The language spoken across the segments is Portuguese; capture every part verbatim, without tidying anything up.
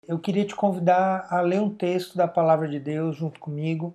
Eu queria te convidar a ler um texto da Palavra de Deus junto comigo,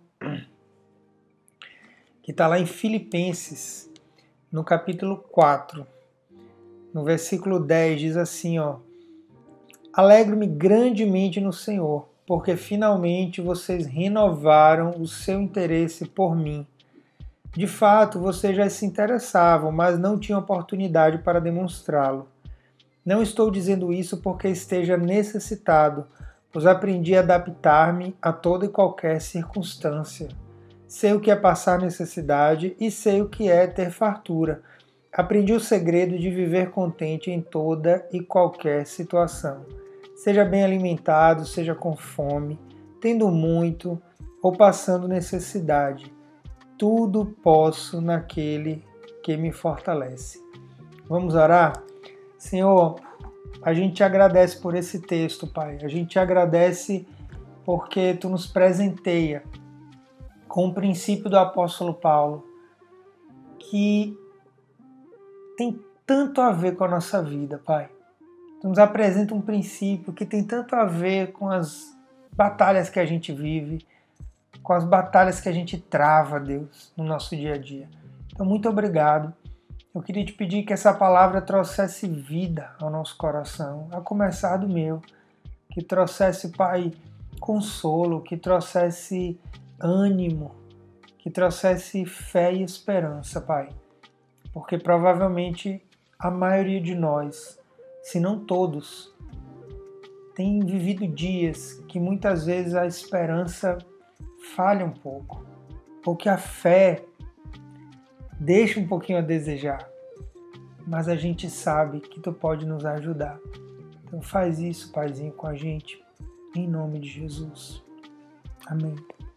que está lá em Filipenses, no capítulo quatro, no versículo dez, diz assim, ó: Alegro-me grandemente no Senhor, porque finalmente vocês renovaram o seu interesse por mim. De fato, vocês já se interessavam, mas não tinham oportunidade para demonstrá-lo. Não estou dizendo isso porque esteja necessitado, pois aprendi a adaptar-me a toda e qualquer circunstância. Sei o que é passar necessidade e sei o que é ter fartura. Aprendi o segredo de viver contente em toda e qualquer situação. Seja bem alimentado, seja com fome, tendo muito ou passando necessidade. Tudo posso naquele que me fortalece. Vamos orar? Senhor, a gente te agradece por esse texto, Pai. A gente te agradece porque Tu nos presenteia com o princípio do apóstolo Paulo, que tem tanto a ver com a nossa vida, Pai. Tu nos apresenta um princípio que tem tanto a ver com as batalhas que a gente vive, com as batalhas que a gente trava, Deus, no nosso dia a dia. Então, muito obrigado. Eu queria te pedir que essa palavra trouxesse vida ao nosso coração, a começar do meu, que trouxesse, Pai, consolo, que trouxesse ânimo, que trouxesse fé e esperança, Pai. Porque provavelmente a maioria de nós, se não todos, tem vivido dias que muitas vezes a esperança falha um pouco, ou que a fé deixa um pouquinho a desejar, mas a gente sabe que Tu pode nos ajudar. Então faz isso, Paizinho, com a gente, em nome de Jesus. Amém.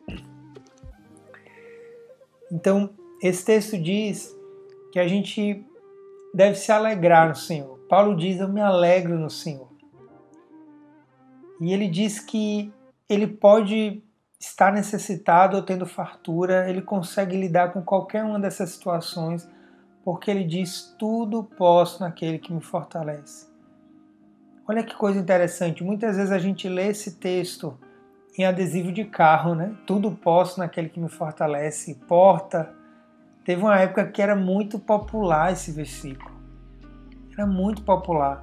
Então, esse texto diz que a gente deve se alegrar no Senhor. Paulo diz, eu me alegro no Senhor. E ele diz que ele pode estar necessitado ou tendo fartura, ele consegue lidar com qualquer uma dessas situações, porque ele diz, tudo posso naquele que me fortalece. Olha que coisa interessante, muitas vezes a gente lê esse texto em adesivo de carro, né? Tudo posso naquele que me fortalece, porta. Teve uma época que era muito popular esse versículo, era muito popular.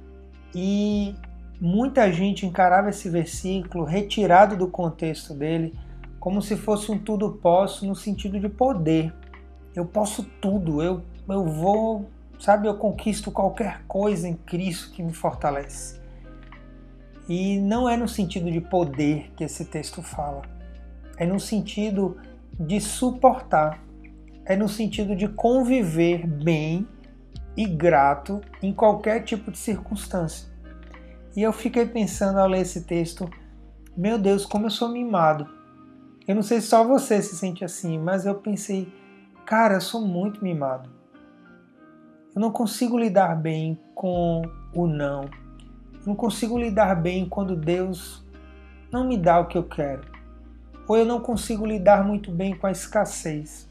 E muita gente encarava esse versículo, retirado do contexto dele, como se fosse um tudo posso no sentido de poder. Eu posso tudo, eu, eu vou, sabe, eu conquisto qualquer coisa em Cristo que me fortalece. E não é no sentido de poder que esse texto fala, é no sentido de suportar, é no sentido de conviver bem e grato em qualquer tipo de circunstância. E eu fiquei pensando ao ler esse texto, meu Deus, como eu sou mimado. Eu não sei se só você se sente assim, mas eu pensei, cara, eu sou muito mimado. Eu não consigo lidar bem com o não. Eu não consigo lidar bem quando Deus não me dá o que eu quero. Ou eu não consigo lidar muito bem com a escassez.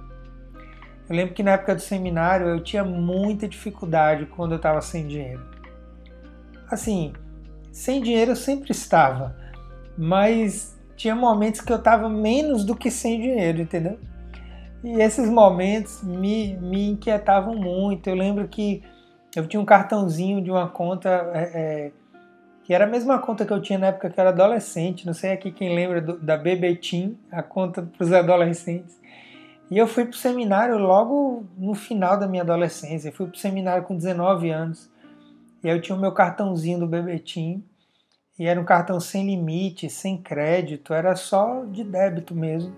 Eu lembro que na época do seminário eu tinha muita dificuldade quando eu estava sem dinheiro. Assim, sem dinheiro eu sempre estava, mas tinha momentos que eu estava menos do que sem dinheiro, entendeu? E esses momentos me, me inquietavam muito. Eu lembro que eu tinha um cartãozinho de uma conta é, é, que era a mesma conta que eu tinha na época que eu era adolescente. Não sei aqui quem lembra do, da Bebetim, a conta para os adolescentes. E eu fui para o seminário logo no final da minha adolescência. Eu fui para o seminário com dezenove anos. E aí eu tinha o meu cartãozinho do Bebetim. E era um cartão sem limite, sem crédito. Era só de débito mesmo.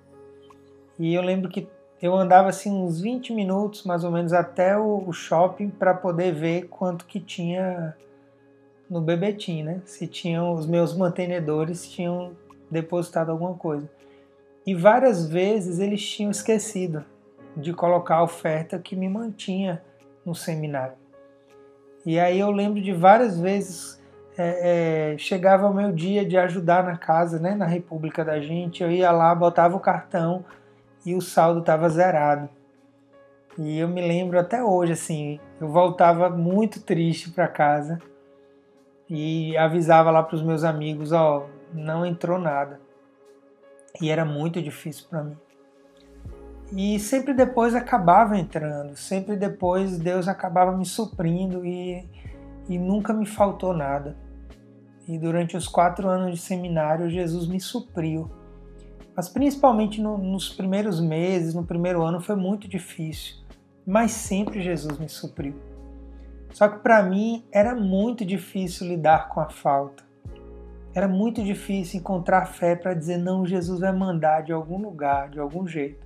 E eu lembro que eu andava assim uns vinte minutos mais ou menos até o shopping para poder ver quanto que tinha no Bebetim, né? Se tinham os meus mantenedores tinham depositado alguma coisa. E várias vezes eles tinham esquecido de colocar a oferta que me mantinha no seminário. E aí eu lembro de várias vezes, é, é, chegava o meu dia de ajudar na casa, né, na República da gente, eu ia lá, botava o cartão e o saldo estava zerado. E eu me lembro até hoje, assim, eu voltava muito triste para casa e avisava lá para os meus amigos, ó, não entrou nada. E era muito difícil para mim. E sempre depois acabava entrando, sempre depois Deus acabava me suprindo e, e nunca me faltou nada. E durante os quatro anos de seminário, Jesus me supriu. Mas principalmente no, nos primeiros meses, no primeiro ano, foi muito difícil. Mas sempre Jesus me supriu. Só que para mim era muito difícil lidar com a falta. Era muito difícil encontrar fé para dizer, não, Jesus vai mandar de algum lugar, de algum jeito.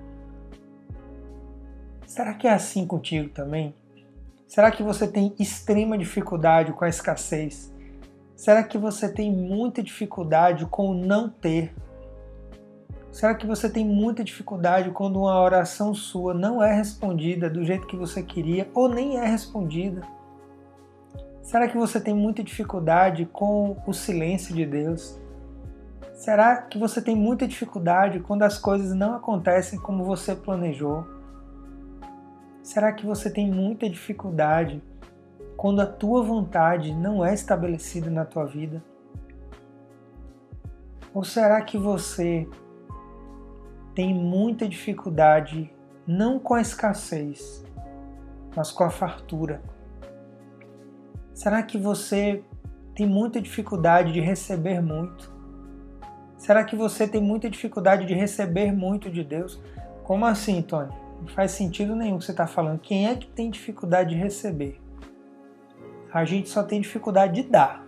Será que é assim contigo também? Será que você tem extrema dificuldade com a escassez? Será que você tem muita dificuldade com o não ter? Será que você tem muita dificuldade quando uma oração sua não é respondida do jeito que você queria ou nem é respondida? Será que você tem muita dificuldade com o silêncio de Deus? Será que você tem muita dificuldade quando as coisas não acontecem como você planejou? Será que você tem muita dificuldade quando a tua vontade não é estabelecida na tua vida? Ou será que você tem muita dificuldade não com a escassez, mas com a fartura? Será que você tem muita dificuldade de receber muito? Será que você tem muita dificuldade de receber muito de Deus? Como assim, Tony? Não faz sentido nenhum o que você está falando. Quem é que tem dificuldade de receber? A gente só tem dificuldade de dar.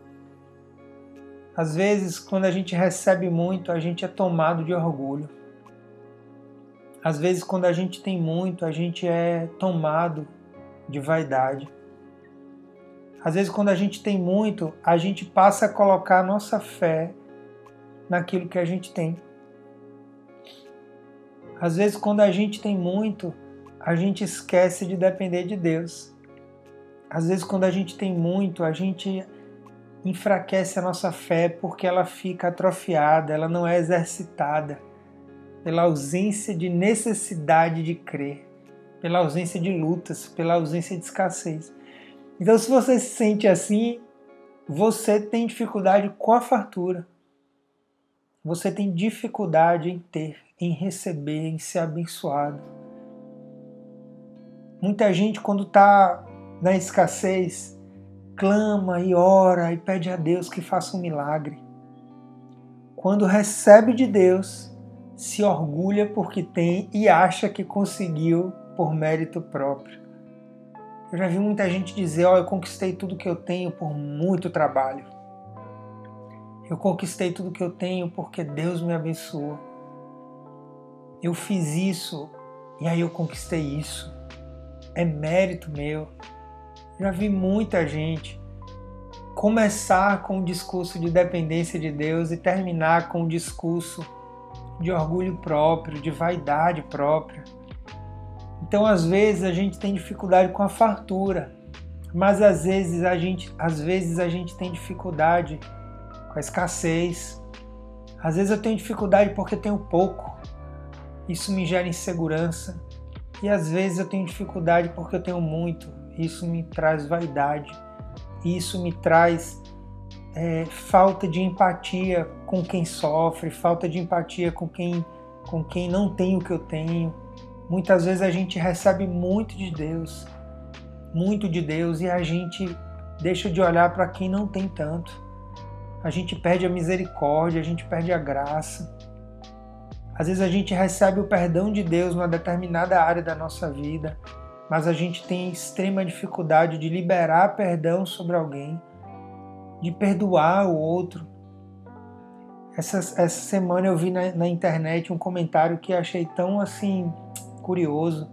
Às vezes, quando a gente recebe muito, a gente é tomado de orgulho. Às vezes, quando a gente tem muito, a gente é tomado de vaidade. Às vezes, quando a gente tem muito, a gente passa a colocar a nossa fé naquilo que a gente tem. Às vezes, quando a gente tem muito, a gente esquece de depender de Deus. Às vezes, quando a gente tem muito, a gente enfraquece a nossa fé porque ela fica atrofiada, ela não é exercitada pela ausência de necessidade de crer, pela ausência de lutas, pela ausência de escassez. Então, se você se sente assim, você tem dificuldade com a fartura. Você tem dificuldade em ter, em receber, em ser abençoado. Muita gente, quando está na escassez, clama e ora e pede a Deus que faça um milagre. Quando recebe de Deus, se orgulha porque tem e acha que conseguiu por mérito próprio. Eu já vi muita gente dizer, ó, oh, eu conquistei tudo que eu tenho por muito trabalho. Eu conquistei tudo que eu tenho porque Deus me abençoou. Eu fiz isso e aí eu conquistei isso. É mérito meu. Já vi muita gente começar com um discurso de dependência de Deus e terminar com um discurso de orgulho próprio, de vaidade própria. Então, às vezes, a gente tem dificuldade com a fartura, mas às vezes a gente, às vezes, a gente tem dificuldade com a escassez. Às vezes eu tenho dificuldade porque tenho pouco. Isso me gera insegurança. E às vezes eu tenho dificuldade porque eu tenho muito. Isso me traz vaidade. Isso me traz é, falta de empatia com quem sofre, falta de empatia com quem, com quem não tem o que eu tenho. Muitas vezes a gente recebe muito de Deus, muito de Deus, e a gente deixa de olhar para quem não tem tanto. A gente perde a misericórdia, a gente perde a graça. Às vezes a gente recebe o perdão de Deus numa determinada área da nossa vida, mas a gente tem extrema dificuldade de liberar perdão sobre alguém, de perdoar o outro. Essa, essa semana eu vi na, na internet um comentário que achei tão assim curioso.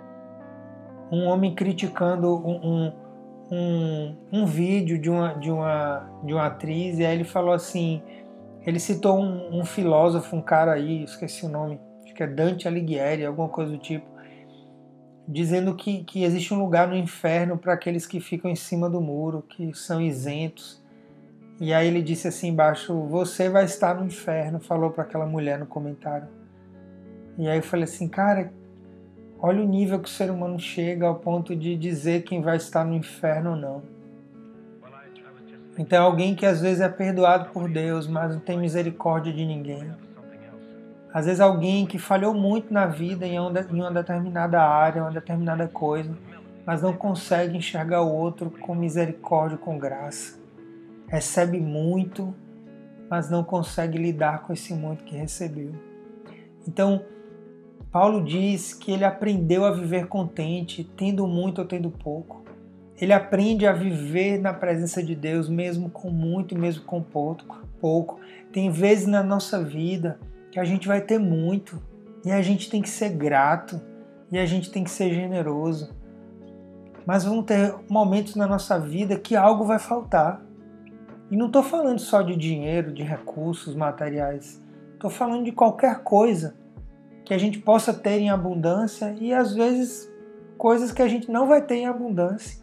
Um homem criticando um, um, um, um vídeo de uma, de, uma, de uma atriz, e aí ele falou assim, ele citou um, um filósofo, um cara aí, esqueci o nome, acho que é Dante Alighieri, alguma coisa do tipo, dizendo que, que existe um lugar no inferno para aqueles que ficam em cima do muro, que são isentos. E aí ele disse assim embaixo, você vai estar no inferno, falou para aquela mulher no comentário. E aí eu falei assim, cara, olha o nível que o ser humano chega ao ponto de dizer quem vai estar no inferno ou não. Então é alguém que às vezes é perdoado por Deus, mas não tem misericórdia de ninguém. Às vezes alguém que falhou muito na vida em uma determinada área, uma determinada coisa, mas não consegue enxergar o outro com misericórdia, com graça. Recebe muito, mas não consegue lidar com esse muito que recebeu. Então, Paulo diz que ele aprendeu a viver contente, tendo muito ou tendo pouco. Ele aprende a viver na presença de Deus, mesmo com muito, mesmo com pouco. Tem vezes na nossa vida que a gente vai ter muito, e a gente tem que ser grato, e a gente tem que ser generoso. Mas vão ter momentos na nossa vida que algo vai faltar. E não estou falando só de dinheiro, de recursos materiais. Estou falando de qualquer coisa que a gente possa ter em abundância e às vezes coisas que a gente não vai ter em abundância.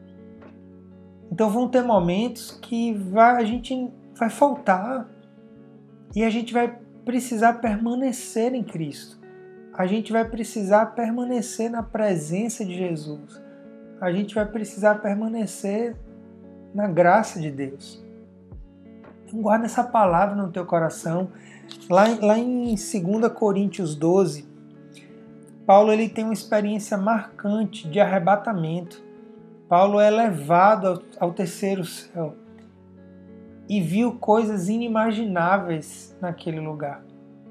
Então vão ter momentos que vai, a gente vai faltar e a gente vai precisar permanecer em Cristo. A gente vai precisar permanecer na presença de Jesus. A gente vai precisar permanecer na graça de Deus. Então guarda essa palavra no teu coração. Lá, lá em dois Coríntios doze, Paulo ele tem uma experiência marcante de arrebatamento. Paulo é levado ao, ao terceiro céu e viu coisas inimagináveis naquele lugar.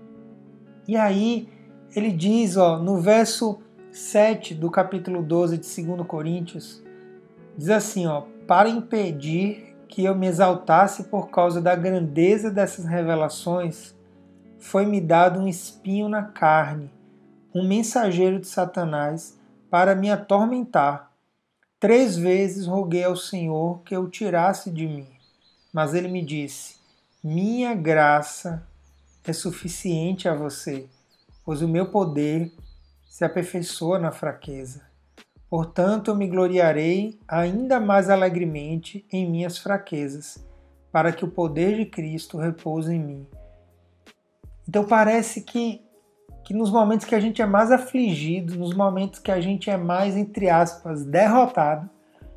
E aí ele diz, ó, no verso sete do capítulo doze de dois Coríntios, diz assim, ó, para impedir que eu me exaltasse por causa da grandeza dessas revelações, foi-me dado um espinho na carne, um mensageiro de Satanás, para me atormentar. Três vezes roguei ao Senhor que o tirasse de mim, mas ele me disse, minha graça é suficiente a você, pois o meu poder se aperfeiçoa na fraqueza. Portanto, eu me gloriarei ainda mais alegremente em minhas fraquezas, para que o poder de Cristo repouse em mim. Então parece que, que nos momentos que a gente é mais afligido, nos momentos que a gente é mais, entre aspas, derrotado,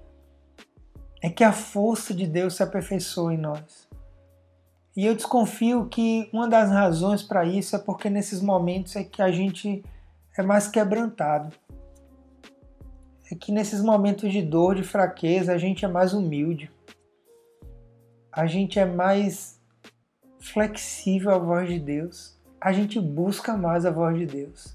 é que a força de Deus se aperfeiçoa em nós. E eu desconfio que uma das razões para isso é porque nesses momentos é que a gente é mais quebrantado. É que nesses momentos de dor, de fraqueza, a gente é mais humilde. A gente é mais flexível à voz de Deus. A gente busca mais a voz de Deus.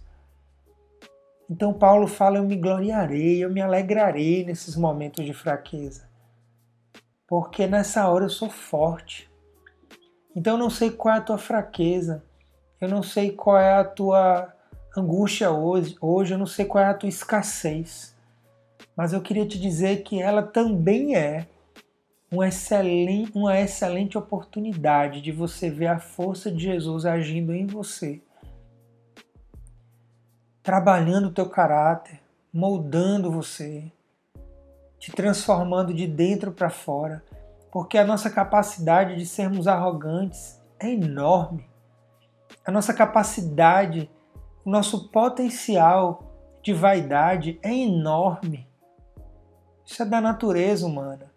Então Paulo fala, eu me gloriarei, eu me alegrarei nesses momentos de fraqueza. Porque nessa hora eu sou forte. Então eu não sei qual é a tua fraqueza. Eu não sei qual é a tua angústia hoje. Hoje eu não sei qual é a tua escassez. Mas eu queria te dizer que ela também é uma excelente, uma excelente oportunidade de você ver a força de Jesus agindo em você, trabalhando o teu caráter, moldando você, te transformando de dentro para fora, porque a nossa capacidade de sermos arrogantes é enorme. A nossa capacidade, o nosso potencial de vaidade é enorme. Isso é da natureza humana.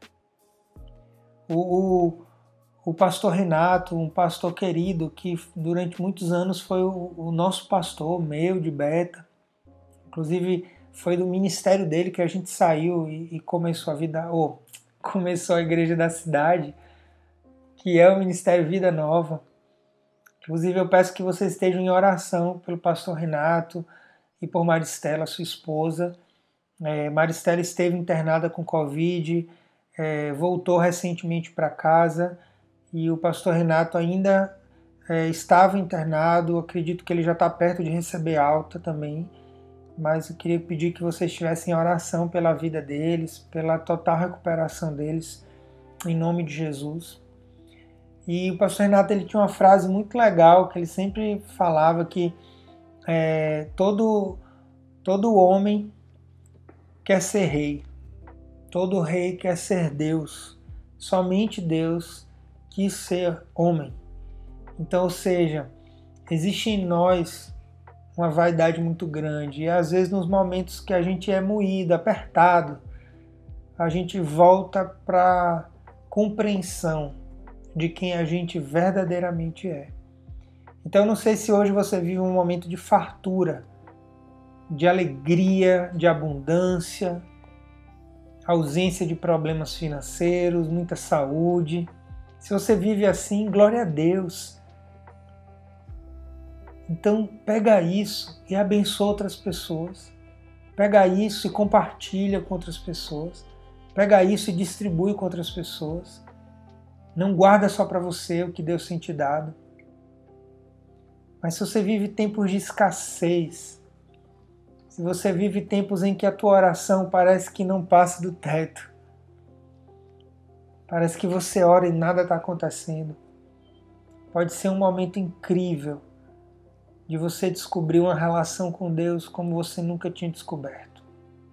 O, o, o pastor Renato, um pastor querido, que durante muitos anos foi o, o nosso pastor, meu, de Beta. Inclusive, foi do ministério dele que a gente saiu e, e começou a vida, ou começou a igreja da cidade, que é o Ministério Vida Nova. Inclusive, eu peço que vocês estejam em oração pelo pastor Renato e por Maristela, sua esposa. É, Maristela esteve internada com Covid, É, voltou recentemente para casa e o pastor Renato ainda é, estava internado, acredito que ele já está perto de receber alta também, mas eu queria pedir que vocês tivessem oração pela vida deles, pela total recuperação deles, em nome de Jesus. E o pastor Renato ele tinha uma frase muito legal, que ele sempre falava que é, todo, todo homem quer ser rei. Todo rei quer ser Deus, somente Deus quis ser homem. Então, ou seja, existe em nós uma vaidade muito grande e às vezes nos momentos que a gente é moído, apertado, a gente volta para compreensão de quem a gente verdadeiramente é. Então, eu não sei se hoje você vive um momento de fartura, de alegria, de abundância, ausência de problemas financeiros, muita saúde. Se você vive assim, glória a Deus. Então, pega isso e abençoa outras pessoas. Pega isso e compartilha com outras pessoas. Pega isso e distribui com outras pessoas. Não guarda só para você o que Deus tem te dado. Mas se você vive tempos de escassez, se você vive tempos em que a tua oração parece que não passa do teto, parece que você ora e nada está acontecendo, pode ser um momento incrível de você descobrir uma relação com Deus como você nunca tinha descoberto.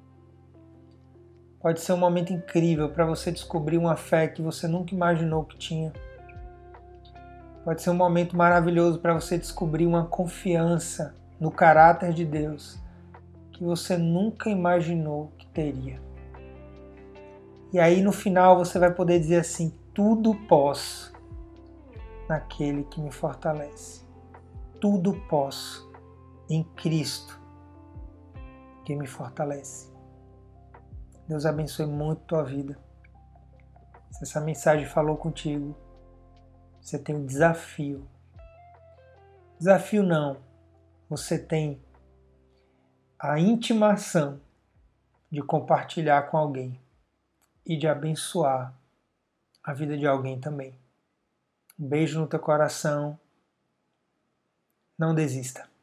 Pode ser um momento incrível para você descobrir uma fé que você nunca imaginou que tinha. Pode ser um momento maravilhoso para você descobrir uma confiança no caráter de Deus que você nunca imaginou que teria. E aí no final você vai poder dizer assim: tudo posso naquele que me fortalece. Tudo posso em Cristo que me fortalece. Deus abençoe muito a tua vida. Se essa mensagem falou contigo, você tem um desafio. Desafio não, você tem a intimação de compartilhar com alguém e de abençoar a vida de alguém também. Um beijo no teu coração. Não desista.